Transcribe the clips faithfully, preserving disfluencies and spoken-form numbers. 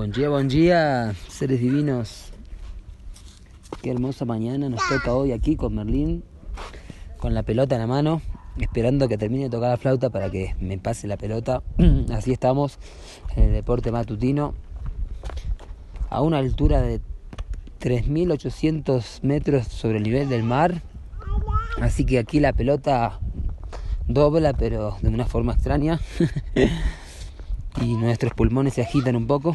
Buen día, buen día, seres divinos. Qué hermosa mañana nos toca hoy aquí con Merlín, con la pelota en la mano, esperando que termine de tocar la flauta para que me pase la pelota. Así estamos en el deporte matutino, a una altura de tres mil ochocientos metros sobre el nivel del mar. Así que aquí la pelota dobla, pero de una forma extraña. Y nuestros pulmones se agitan un poco.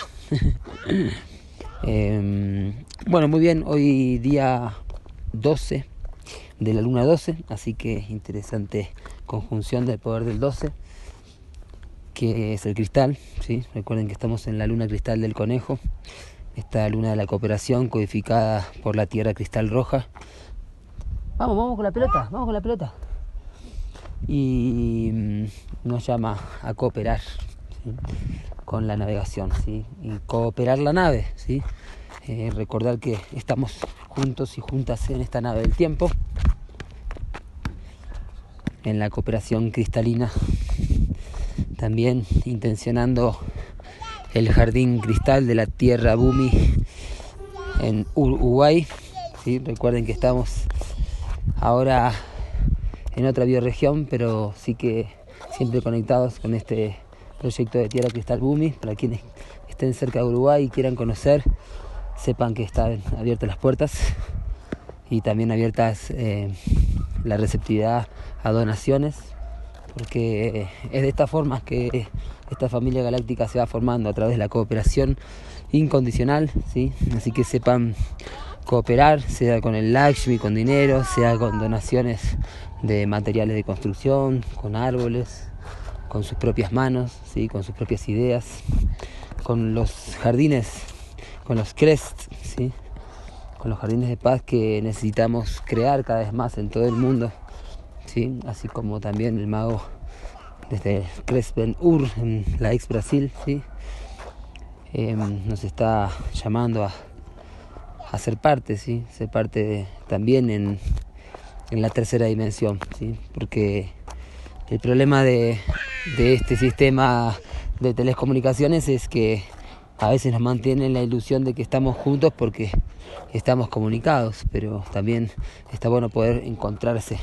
eh, bueno, muy bien, hoy día doce de la luna doce, así que interesante conjunción del poder del doce, que es el cristal, ¿sí? Recuerden que estamos en la luna cristal del conejo, esta luna de la cooperación codificada por la tierra cristal roja. Vamos, vamos con la pelota, vamos con la pelota. Y nos llama a cooperar, ¿sí? Con la navegación, ¿sí? Y cooperar la nave, ¿sí? Eh, recordar que estamos juntos y juntas en esta nave del tiempo, en la cooperación cristalina, también intencionando el jardín cristal de la tierra Bumi en Uruguay, ¿sí? Recuerden que estamos ahora en otra bioregión, pero sí que siempre conectados con este proyecto de Tierra Cristal Bumi. Para quienes estén cerca de Uruguay y quieran conocer, sepan que están abiertas las puertas y también abiertas eh, la receptividad a donaciones, porque es de esta forma que esta familia galáctica se va formando, a través de la cooperación incondicional, ¿sí? Así que sepan cooperar, sea con el Lakshmi, con dinero, sea con donaciones de materiales de construcción, con árboles, con sus propias manos, ¿sí? Con sus propias ideas, con los jardines, con los crest, ¿sí? Con los jardines de paz que necesitamos crear cada vez más en todo el mundo, ¿sí? Así como también el mago desde Crest Ben Ur, en la ex Brasil, ¿sí? Eh, nos está llamando a, a ser parte, ¿sí? Ser parte de, también en, en la tercera dimensión, ¿sí? Porque el problema de, de este sistema de telecomunicaciones es que a veces nos mantiene la ilusión de que estamos juntos porque estamos comunicados, pero también está bueno poder encontrarse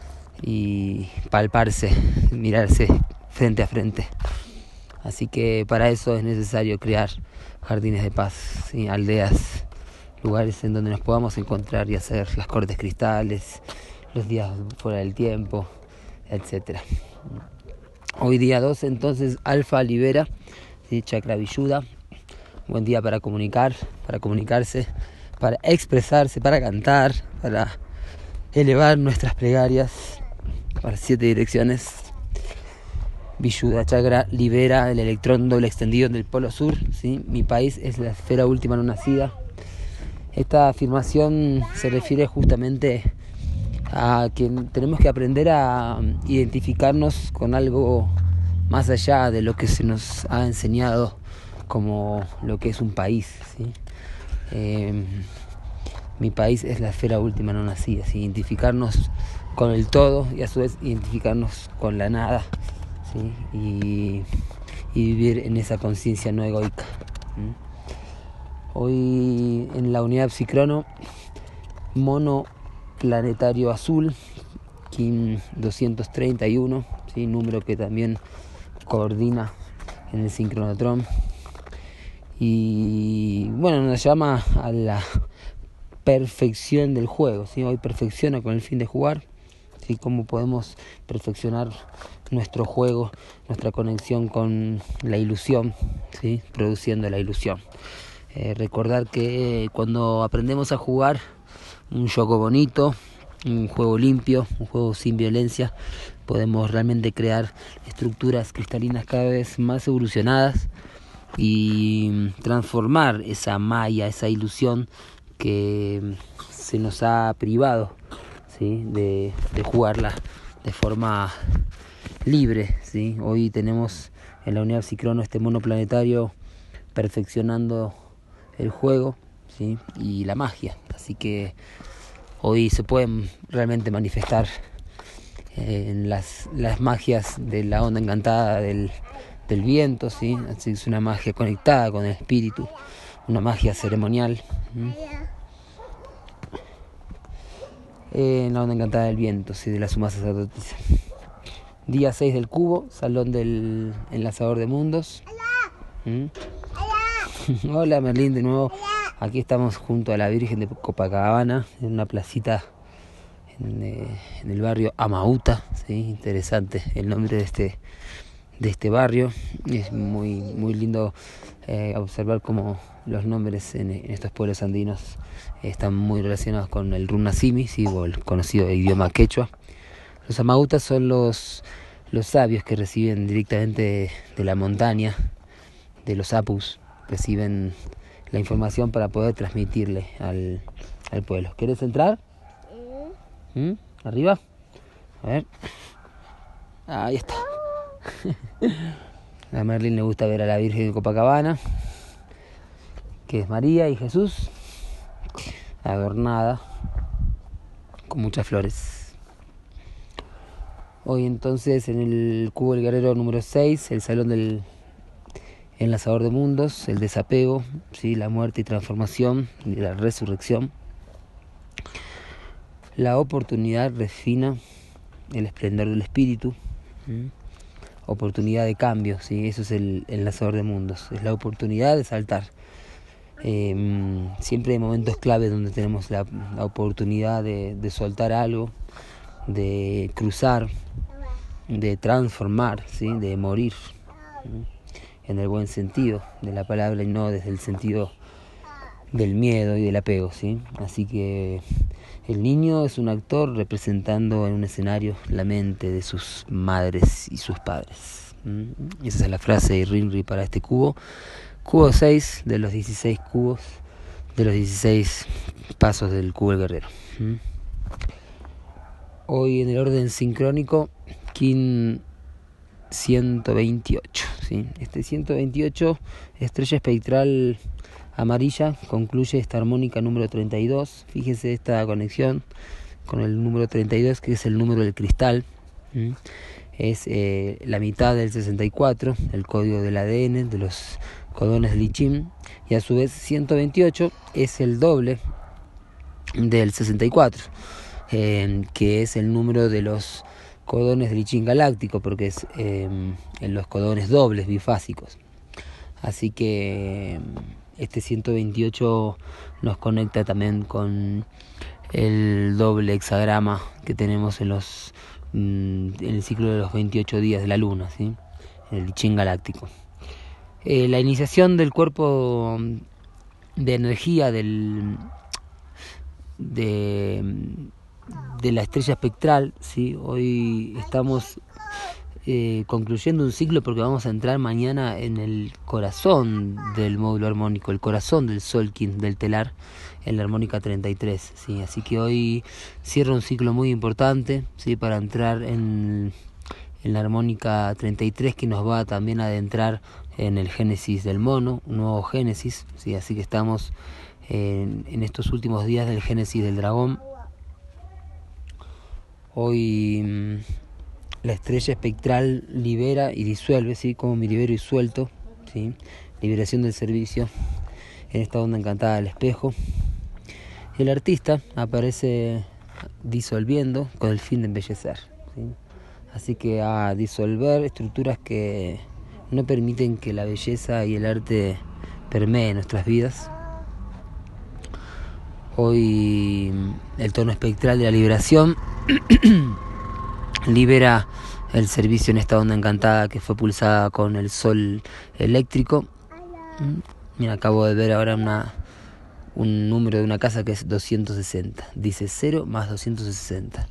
y palparse, mirarse frente a frente. Así que para eso es necesario crear jardines de paz, ¿sí? Aldeas, lugares en donde nos podamos encontrar y hacer las cortes cristales, los días fuera del tiempo, etcétera. Hoy día doce, entonces, Alfa libera, ¿sí? Chakra Vishuddha. Buen día para comunicar, para comunicarse, para expresarse, para cantar, para elevar nuestras plegarias para siete direcciones. Vishuddha Chakra libera el electrón doble extendido del polo sur, ¿sí? Mi país es la esfera última no nacida. Esta afirmación se refiere justamente a que tenemos que aprender a identificarnos con algo más allá de lo que se nos ha enseñado como lo que es un país, ¿sí? Eh, mi país es la esfera última no nacida, ¿sí? Identificarnos con el todo y a su vez identificarnos con la nada, ¿sí? y, y vivir en esa conciencia no egoica. ¿sí? Hoy en la unidad Psicrono, mono planetario azul, Kim doscientos treinta y uno, ¿sí? Número que también coordina en el sincronotrón. Y bueno, nos llama a la perfección del juego, ¿sí? Hoy perfecciona con el fin de jugar, ¿sí? Cómo podemos perfeccionar nuestro juego, nuestra conexión con la ilusión, ¿sí? Produciendo la ilusión. Eh, recordar que cuando aprendemos a jugar un juego bonito, un juego limpio, un juego sin violencia, podemos realmente crear estructuras cristalinas cada vez más evolucionadas y transformar esa maya, esa ilusión que se nos ha privado, ¿sí? de, de jugarla de forma libre, ¿sí? Hoy tenemos en la unidad Psicrono este mono planetario perfeccionando el juego, ¿sí? Y la magia, así que hoy se pueden realmente manifestar eh, en las, las magias de la onda encantada del, del viento, ¿sí? Así es una magia conectada con el espíritu, una magia ceremonial. ¿Mm? Eh, en la onda encantada del viento, ¿sí? De la suma sacerdotisa. Día seis del cubo, salón del enlazador de mundos. ¿Mm? Hola Merlín, de nuevo. Aquí estamos junto a la Virgen de Copacabana, en una placita en, eh, en el barrio Amauta, ¿sí? Interesante el nombre de este de este barrio. Es muy muy lindo eh, observar cómo los nombres en, en estos pueblos andinos eh, están muy relacionados con el runasimi, ¿sí? O el conocido idioma quechua. Los Amautas son los los sabios que reciben directamente de, de la montaña, de los apus, reciben la información para poder transmitirle al, al pueblo. ¿Quieres entrar? ¿Mm? ¿Arriba? A ver. Ahí está. A Merlin le gusta ver a la Virgen de Copacabana, que es María y Jesús, adornada con muchas flores. Hoy entonces en el Cubo del Guerrero número seis, el Salón del Enlazador de Mundos, el desapego, ¿sí? La muerte y transformación y la resurrección. La oportunidad refina el esplendor del espíritu. ¿Sí? Oportunidad de cambio, ¿sí? Eso es el enlazador de mundos, es la oportunidad de saltar. Eh, siempre hay momentos clave donde tenemos la, la oportunidad de, de soltar algo, de cruzar, de transformar, ¿sí? De morir, ¿sí? En el buen sentido de la palabra y no desde el sentido del miedo y del apego, ¿sí? Así que el niño es un actor representando en un escenario la mente de sus madres y sus padres. ¿Mm? Esa es la frase de Rinri para este cubo. Cubo seis de los dieciséis cubos, de los dieciséis pasos del cubo del guerrero. ¿Mm? Hoy en el orden sincrónico, Kin ciento veintiocho. ¿Sí? Este ciento veintiocho, estrella espectral amarilla, concluye esta armónica número treinta y dos. Fíjense esta conexión con el número treinta y dos, que es el número del cristal. ¿Mm? Es eh, la mitad del sesenta y cuatro, el código del A D N, de los codones del I Ching, y a su vez ciento veintiocho es el doble del sesenta y cuatro, eh, que es el número de los codones del I Ching galáctico, porque es eh, en los codones dobles bifásicos. Así que este ciento veintiocho nos conecta también con el doble hexagrama que tenemos en los en el ciclo de los veintiocho días de la luna, ¿sí? El I Ching galáctico. Eh, la iniciación del cuerpo de energía del de, de la estrella espectral, ¿sí? Hoy estamos eh, concluyendo un ciclo porque vamos a entrar mañana en el corazón del módulo armónico, el corazón del Solkin, del telar, en la armónica treinta y tres, ¿sí? Así que hoy cierra un ciclo muy importante, ¿sí? Para entrar en, en la armónica treinta y tres, que nos va también a adentrar en el génesis del mono, un nuevo génesis, ¿sí? Así que estamos en, en estos últimos días del génesis del dragón. Hoy mmm, la estrella espectral libera y disuelve, ¿sí? Como mi libero y suelto, ¿sí? Liberación del servicio en esta onda encantada del espejo. El artista aparece disolviendo con el fin de embellecer, ¿sí? Así que a disolver estructuras que no permiten que la belleza y el arte permeen nuestras vidas. Hoy el tono espectral de la liberación libera el servicio en esta onda encantada que fue pulsada con el sol eléctrico. Mira, acabo de ver ahora una un número de una casa que es doscientos sesenta. Dice cero más doscientos sesenta.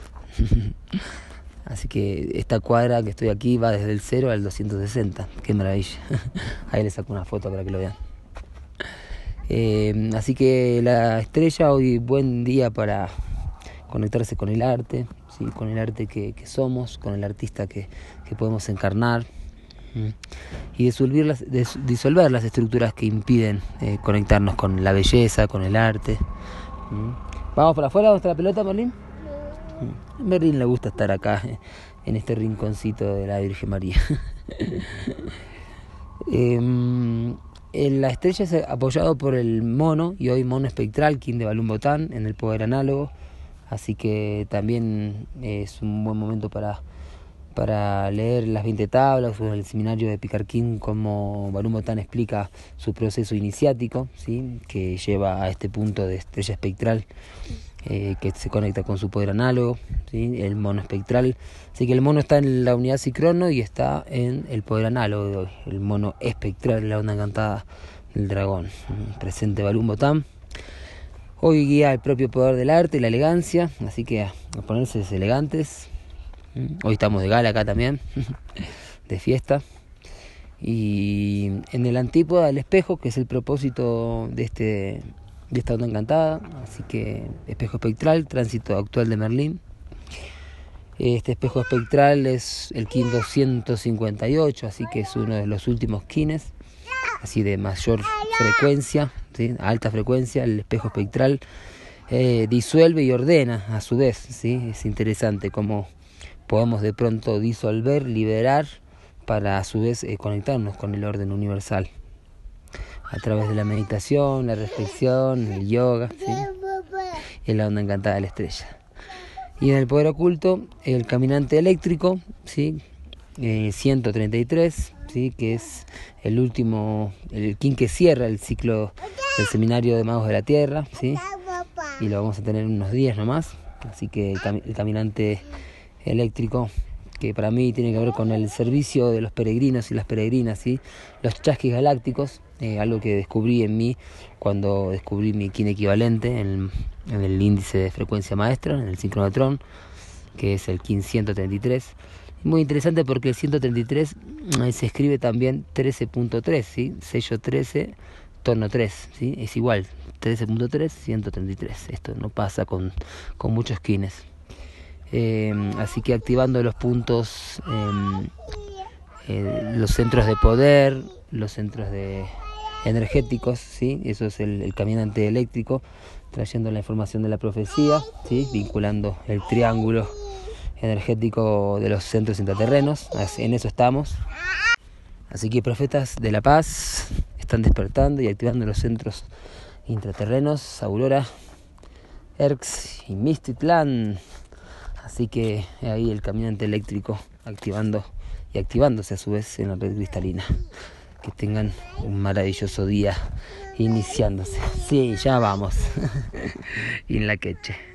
Así que esta cuadra que estoy aquí va desde el cero al doscientos sesenta. Qué maravilla. Ahí les saco una foto para que lo vean. Eh, así que la estrella, hoy buen día para conectarse con el arte, ¿sí? Con el arte que, que somos, con el artista que, que podemos encarnar. Y disolver las, disolver las estructuras que impiden eh, conectarnos con la belleza, con el arte. ¿Mm? ¿Vamos para afuera? ¿Vamos a la pelota, Merlín? A Merlín le gusta estar acá, eh, en este rinconcito de la Virgen María. eh, la estrella es apoyado por el mono, y hoy mono espectral, King de Balún Botán, en el poder análogo, así que también es un buen momento para, para leer las veinte tablas o el seminario de Picarquín, como Balún Botán explica su proceso iniciático, ¿sí?, que lleva a este punto de estrella espectral, eh, que se conecta con su poder análogo, ¿sí?, el mono espectral. Así que el mono está en la unidad Cicrono y está en el poder análogo de hoy, el mono espectral, la onda encantada del dragón. Presente Balún Botán. Hoy guía el propio poder del arte y la elegancia, así que a ponerse elegantes. Hoy estamos de gala acá también, de fiesta. Y en el antípoda del espejo, que es el propósito de este de esta onda encantada, así que espejo espectral, tránsito actual de Merlín. Este espejo espectral es el Kin doscientos cincuenta y ocho, así que es uno de los últimos Kines, así de mayor frecuencia, ¿sí?, alta frecuencia. El espejo espectral eh, disuelve y ordena a su vez, ¿sí? Es interesante cómo podemos de pronto disolver, liberar, para a su vez eh, conectarnos con el orden universal a través de la meditación, la reflexión, el yoga, ¿sí?, y la onda encantada de la estrella. Y en el poder oculto, el caminante eléctrico, ¿sí?, eh, ciento treinta y tres, ¿sí?, que es el último, el Kin que cierra el ciclo del seminario de magos de la tierra, ¿sí?, y lo vamos a tener unos días nomás. Así que el, cam- el caminante eléctrico, que para mí tiene que ver con el servicio de los peregrinos y las peregrinas, ¿sí?, los chasquis galácticos, eh, algo que descubrí en mí cuando descubrí mi Kin equivalente en, en el índice de frecuencia maestra, en el sincronotron, que es el Kin ciento treinta y tres. Muy interesante porque el ciento treinta y tres eh, se escribe también trece punto tres, ¿sí?, sello trece, tono tres, ¿sí?, es igual, trece punto tres, ciento treinta y tres. Esto no pasa con, con muchos Kines. Eh, así que activando los puntos, eh, eh, los centros de poder, los centros de energéticos, ¿sí?, eso es el, el caminante eléctrico, trayendo la información de la profecía, ¿sí?, vinculando el triángulo energético de los centros intraterrenos. En eso estamos. Así que profetas de la paz están despertando y activando los centros intraterrenos, Aurora, Erx y Mistitlan. Así que ahí el caminante eléctrico activando y activándose a su vez en la red cristalina. Que tengan un maravilloso día iniciándose. Sí, ya vamos. Y en la queche.